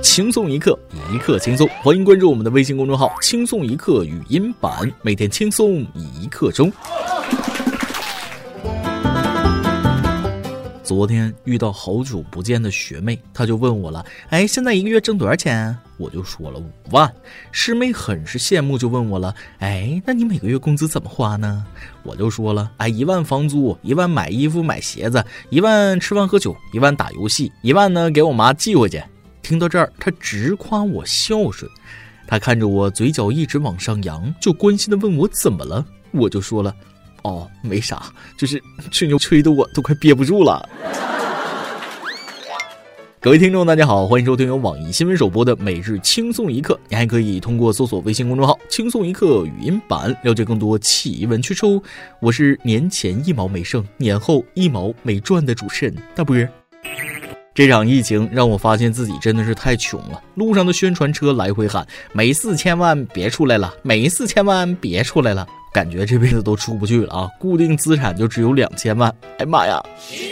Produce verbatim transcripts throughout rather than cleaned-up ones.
轻松一刻，一刻轻松，欢迎关注我们的微信公众号轻松一刻语音版，每天轻松一刻钟。昨天遇到好久不见的学妹，她就问我了，哎，现在一个月挣多少钱？我就说了五万。师妹很是羡慕，就问我了，哎，那你每个月工资怎么花呢？我就说了，哎，一万房租，一万买衣服买鞋子，一万吃饭喝酒，一万打游戏，一万呢给我妈寄回去。听到这儿，她直夸我孝顺。她看着我嘴角一直往上扬，就关心地问我怎么了。我就说了，哦，没啥，就是吹牛吹得我都快憋不住了。各位听众大家好，欢迎收听由网易新闻首播的每日轻松一刻，你还可以通过搜索微信公众号轻松一刻语音版了解更多奇闻趣事哦。我是年前一毛没剩，年后一毛没赚的主持人大波。这场疫情让我发现自己真的是太穷了，路上的宣传车来回喊没四千万别出来了，没四千万别出来了，感觉这辈子都出不去了啊！固定资产就只有两千万，哎妈呀！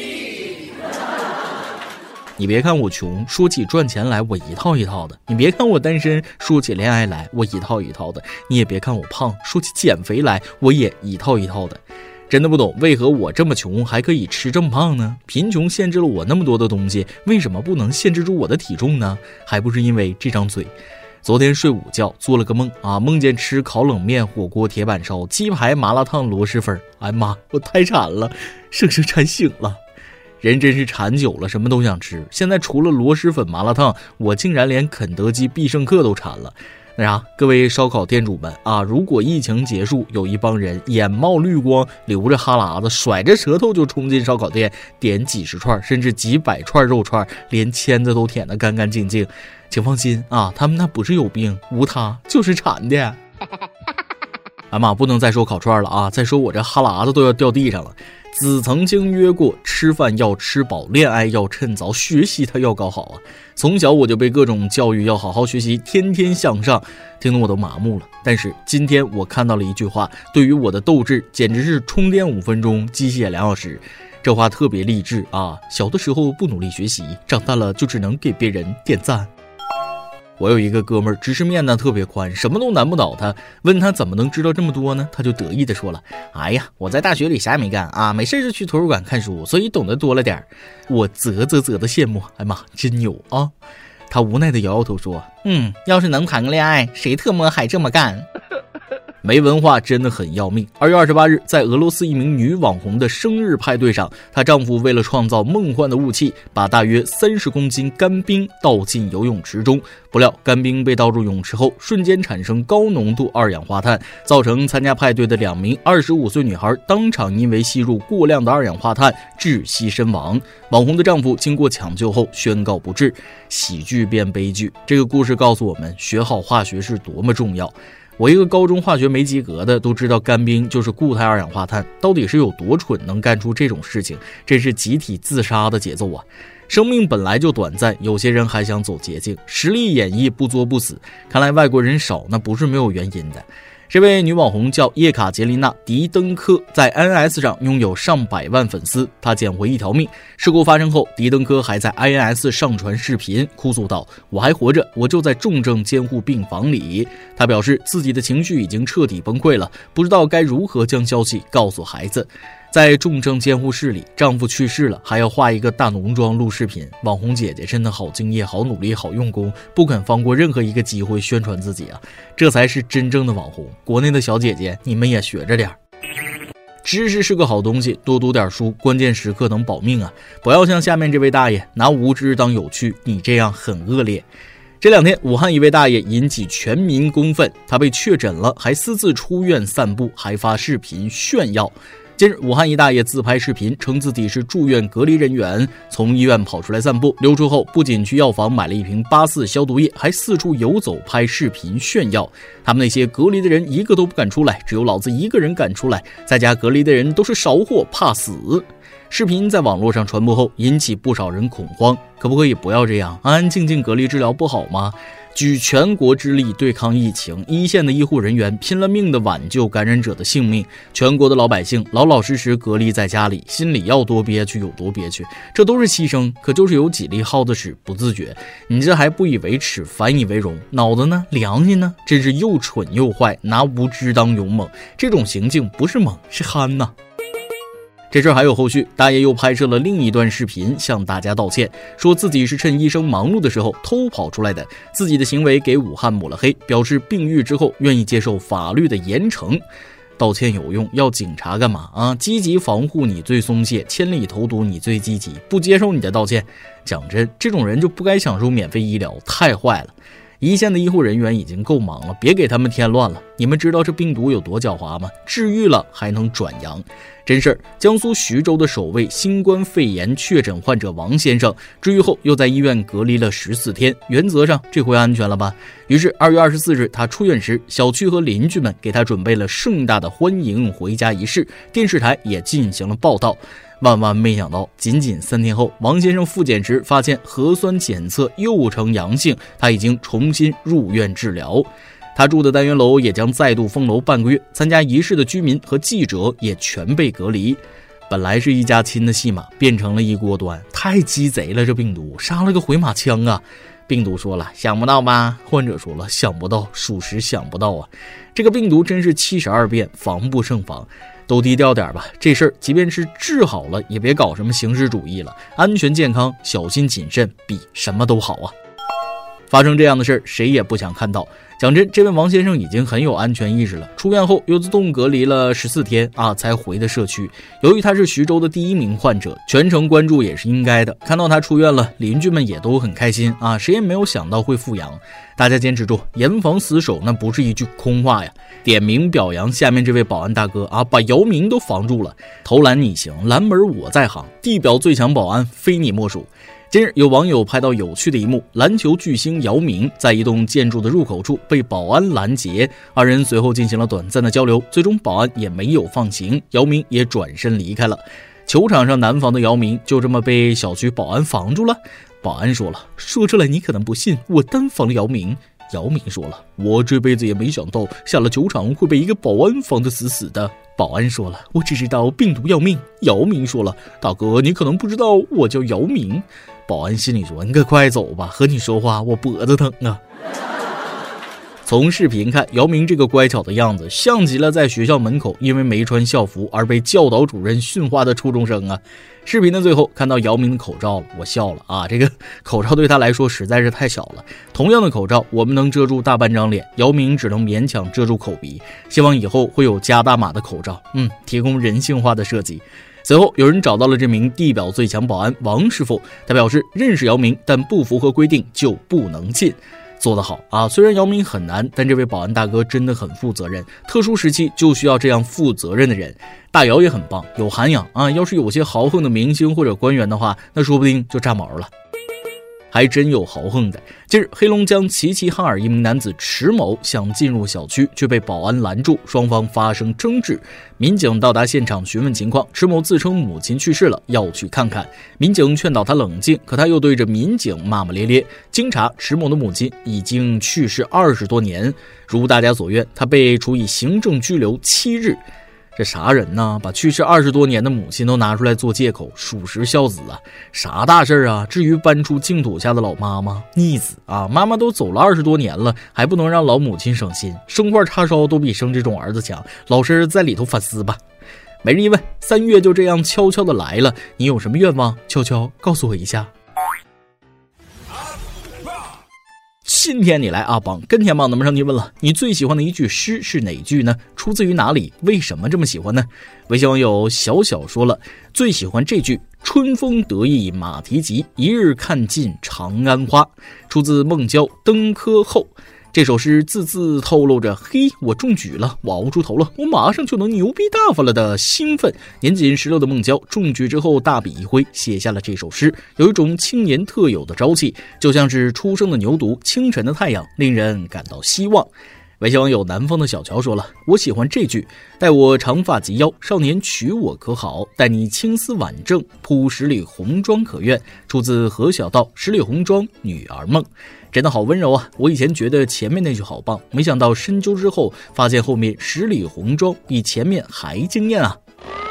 你别看我穷，说起赚钱来我一套一套的；你别看我单身，说起恋爱来我一套一套的；你也别看我胖，说起减肥来我也一套一套的。真的不懂为何我这么穷还可以吃这么胖呢？贫穷限制了我那么多的东西，为什么不能限制住我的体重呢？还不是因为这张嘴。昨天睡午觉做了个梦啊，梦见吃烤冷面、火锅、铁板烧、鸡排、麻辣烫、螺蛳粉。哎妈，我太馋了，生生馋醒了。人真是馋久了，什么都想吃。现在除了螺蛳粉、麻辣烫，我竟然连肯德基、必胜客都馋了。那啥，各位烧烤店主们啊，如果疫情结束，有一帮人眼冒绿光，流着哈喇子，甩着舌头就冲进烧烤店，点几十串甚至几百串肉串，连签子都舔得干干净净，请放心啊，他们那不是有病，无他，就是馋的。哎妈，不能再说烤串了啊！再说我这哈喇子都要掉地上了。子曾经约过，吃饭要吃饱，恋爱要趁早，学习他要搞好啊！从小我就被各种教育要好好学习，天天向上，听得我都麻木了。但是今天我看到了一句话，对于我的斗志简直是充电五分钟，鸡血两小时。这话特别励志啊！小的时候不努力学习，长大了就只能给别人点赞。我有一个哥们儿，知识面呢特别宽，什么都难不倒他。问他怎么能知道这么多呢？他就得意的说了：“哎呀，我在大学里啥也没干啊，没事就去图书馆看书，所以懂得多了点儿。”我啧啧啧的羡慕，哎妈，真牛啊！他无奈的摇摇头说：“嗯，要是能谈个恋爱，谁特么还这么干？”没文化真的很要命。二月二十八日，在俄罗斯一名女网红的生日派对上，她丈夫为了创造梦幻的雾气，把大约三十公斤干冰倒进游泳池中。不料干冰被倒入泳池后，瞬间产生高浓度二氧化碳，造成参加派对的两名二十五岁女孩当场因为吸入过量的二氧化碳窒息身亡。网红的丈夫经过抢救后宣告不治。喜剧变悲剧，这个故事告诉我们，学好化学是多么重要。我一个高中化学没及格的都知道干冰就是固态二氧化碳，到底是有多蠢能干出这种事情，真是集体自杀的节奏啊！生命本来就短暂，有些人还想走捷径，实力演绎不作不死，看来外国人少那不是没有原因的。这位女网红叫叶卡捷琳娜·迪登科，在 I N S 上拥有上百万粉丝，她捡回一条命。事故发生后，迪登科还在 I N S 上传视频，哭诉道：“我还活着，我就在重症监护病房里。”她表示自己的情绪已经彻底崩溃了，不知道该如何将消息告诉孩子。在重症监护室里，丈夫去世了，还要化一个大浓妆录视频。网红姐姐真的好敬业、好努力、好用功，不肯放过任何一个机会宣传自己啊！这才是真正的网红。国内的小姐姐，你们也学着点。知识是个好东西，多读点书，关键时刻能保命啊！不要像下面这位大爷拿无知当有趣，你这样很恶劣。这两天，武汉一位大爷引起全民公愤，他被确诊了，还私自出院散步，还发视频炫耀。近日，武汉一大爷自拍视频，称自己是住院隔离人员，从医院跑出来散步，溜出后不仅去药房买了一瓶八四消毒液，还四处游走拍视频炫耀。他们那些隔离的人一个都不敢出来，只有老子一个人敢出来，在家隔离的人都是少货，怕死。视频在网络上传播后，引起不少人恐慌。可不可以不要这样，安安静静隔离治疗不好吗？ 举全国之力对抗疫情，一线的医护人员拼了命的挽救感染者的性命，全国的老百姓老老实实隔离在家里，心里要多憋屈有多憋屈，这都是牺牲，可就是有几粒耗子屎不自觉，你这还不以为耻反以为荣，脑子呢，良心呢，真是又蠢又坏，拿无知当勇猛，这种行径不是猛是憨呐。这事儿还有后续，大爷又拍摄了另一段视频向大家道歉，说自己是趁医生忙碌的时候偷跑出来的，自己的行为给武汉抹了黑，表示病愈之后愿意接受法律的严惩。道歉有用，要警察干嘛啊？积极防护你最松懈，千里投毒你最积极，不接受你的道歉。讲真，这种人就不该享受免费医疗，太坏了。一线的医护人员已经够忙了，别给他们添乱了。你们知道这病毒有多狡猾吗？治愈了还能转阳。真事儿，江苏徐州的首位新冠肺炎确诊患者王先生，治愈后又在医院隔离了十四天，原则上这回安全了吧？于是二月二十四日他出院时，小区和邻居们给他准备了盛大的欢迎回家仪式，电视台也进行了报道。万万没想到，仅仅三天后，王先生复检时发现核酸检测又呈阳性，他已经重新入院治疗。他住的单元楼也将再度封楼半个月，参加仪式的居民和记者也全被隔离。本来是一家亲的戏码，变成了一锅端，太鸡贼了！这病毒杀了个回马枪啊！病毒说了，想不到吧？患者说了，想不到，属实想不到啊！这个病毒真是七十二变，防不胜防。都低调点吧，这事儿即便是治好了，也别搞什么形式主义了，安全健康，小心谨慎，比什么都好啊！发生这样的事儿，谁也不想看到。讲真，这位王先生已经很有安全意识了，出院后又自动隔离了十四天啊，才回的社区。由于他是徐州的第一名患者，全程关注也是应该的。看到他出院了，邻居们也都很开心啊，谁也没有想到会复阳。大家坚持住，严防死守那不是一句空话呀！点名表扬下面这位保安大哥啊，把姚明都防住了。投篮你行，拦门我在行，地表最强保安非你莫属。近日有网友拍到有趣的一幕，篮球巨星姚明在一栋建筑的入口处被保安拦截，二人随后进行了短暂的交流，最终保安也没有放行，姚明也转身离开了。球场上南防的姚明就这么被小区保安防住了。保安说了，说出来你可能不信，我单防了姚明。姚明说了，我这辈子也没想到下了球场会被一个保安防得死死的。保安说了，我只知道病毒要命。姚明说了，大哥你可能不知道我叫姚明。保安心里说，你可快走吧，和你说话我脖子疼啊。从视频看，姚明这个乖巧的样子像极了在学校门口因为没穿校服而被教导主任训话的初中生啊。视频的最后看到姚明的口罩了，我笑了啊，这个口罩对他来说实在是太小了。同样的口罩我们能遮住大半张脸，姚明只能勉强遮住口鼻，希望以后会有加大码的口罩，嗯，提供人性化的设计。随后有人找到了这名地表最强保安王师傅，他表示认识姚明，但不符合规定就不能进。做得好啊！虽然姚明很难，但这位保安大哥真的很负责任。特殊时期就需要这样负责任的人。大姚也很棒，有涵养啊！要是有些豪横的明星或者官员的话，那说不定就炸毛了。还真有豪横的。近日，黑龙江齐齐哈尔一名男子迟某想进入小区，却被保安拦住，双方发生争执。民警到达现场询问情况，迟某自称母亲去世了，要去看看。民警劝导他冷静，可他又对着民警骂骂咧咧。经查，迟某的母亲已经去世二十多年，如大家所愿，他被处以行政拘留七日。这啥人呢？把去世二十多年的母亲都拿出来做借口，属实孝子啊！啥大事啊？至于搬出净土下的老妈吗？逆子啊！妈妈都走了二十多年了，还不能让老母亲省心，生块叉烧都比生这种儿子强。老师在里头反思吧。每日一问，三月就这样悄悄的来了，你有什么愿望？悄悄告诉我一下。今天你来阿榜跟天榜咱们上提问了，你最喜欢的一句诗是哪句呢？出自于哪里？为什么这么喜欢呢？微信网友小小说了，最喜欢这句，春风得意马蹄疾，一日看尽长安花，出自孟郊《登科后》。这首诗字字透露着嘿，我中举了，我熬出头了，我马上就能牛逼大发了的兴奋。年仅十六的孟郊中举之后大笔一挥，写下了这首诗，有一种青年特有的朝气，就像是初生的牛犊，清晨的太阳，令人感到希望。 微信网友南方的小乔说了，我喜欢这句，待我长发及腰，少年娶我可好，待你青丝晚正，铺十里红妆可愿，出自何小道十里红妆女儿梦。真的好温柔啊，我以前觉得前面那句好棒，没想到深究之后发现后面十里红妆比前面还惊艳啊。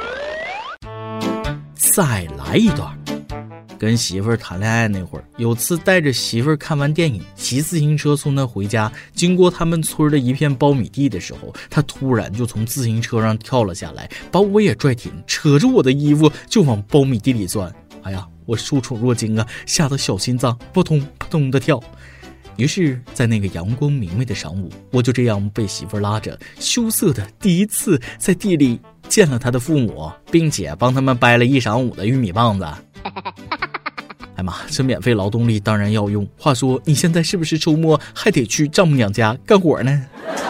再来一段。跟媳妇儿谈恋爱那会儿，有次带着媳妇儿看完电影，骑自行车送她回家，经过他们村的一片苞米地的时候，她突然就从自行车上跳了下来，把我也拽挺，扯着我的衣服就往苞米地里钻。哎呀，我受宠若惊啊，吓得小心脏扑通扑通的跳。于是在那个阳光明媚的晌午，我就这样被媳妇儿拉着，羞涩的第一次在地里见了他的父母，并且帮他们掰了一晌午的玉米棒子。哎妈，这免费劳动力当然要用。话说你现在是不是周末还得去丈母娘家干活呢？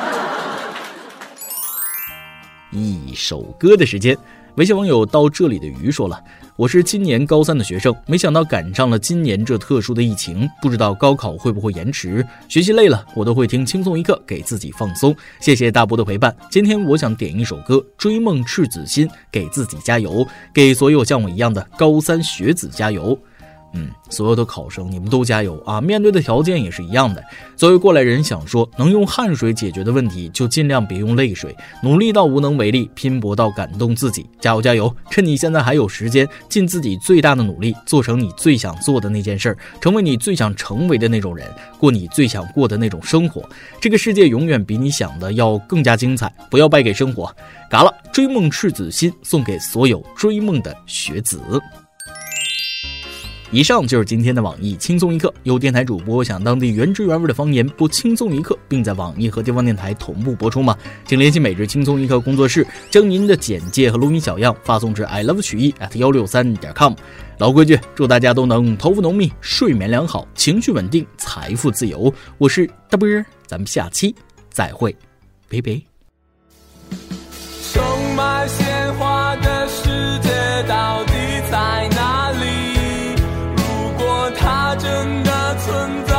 一首歌的时间，微信网友到这里的鱼说了，我是今年高三的学生，没想到赶上了今年这特殊的疫情，不知道高考会不会延迟。学习累了，我都会听轻松一刻，给自己放松。谢谢大波的陪伴。今天我想点一首歌《追梦赤子心》，给自己加油，给所有像我一样的高三学子加油。嗯，所有的考生你们都加油啊！面对的条件也是一样的。作为过来人想说，能用汗水解决的问题就尽量别用泪水，努力到无能为力，拼搏到感动自己。加油加油，趁你现在还有时间，尽自己最大的努力，做成你最想做的那件事，成为你最想成为的那种人，过你最想过的那种生活。这个世界永远比你想的要更加精彩，不要败给生活。嘎了，追梦赤子心，送给所有追梦的学子。以上就是今天的网易轻松一刻，有电台主播想当地原汁原味的方言播轻松一刻，并在网易和地方电台同步播出吗？请联系每日轻松一刻工作室，将您的简介和录音小样发送至 i love 曲艺 at 一六三点 com。 老规矩，祝大家都能头发浓密，睡眠良好，情绪稳定，财富自由。我是大波，咱们下期再会，拜拜。 充满鲜花的世界到底在哪里？它真的存在。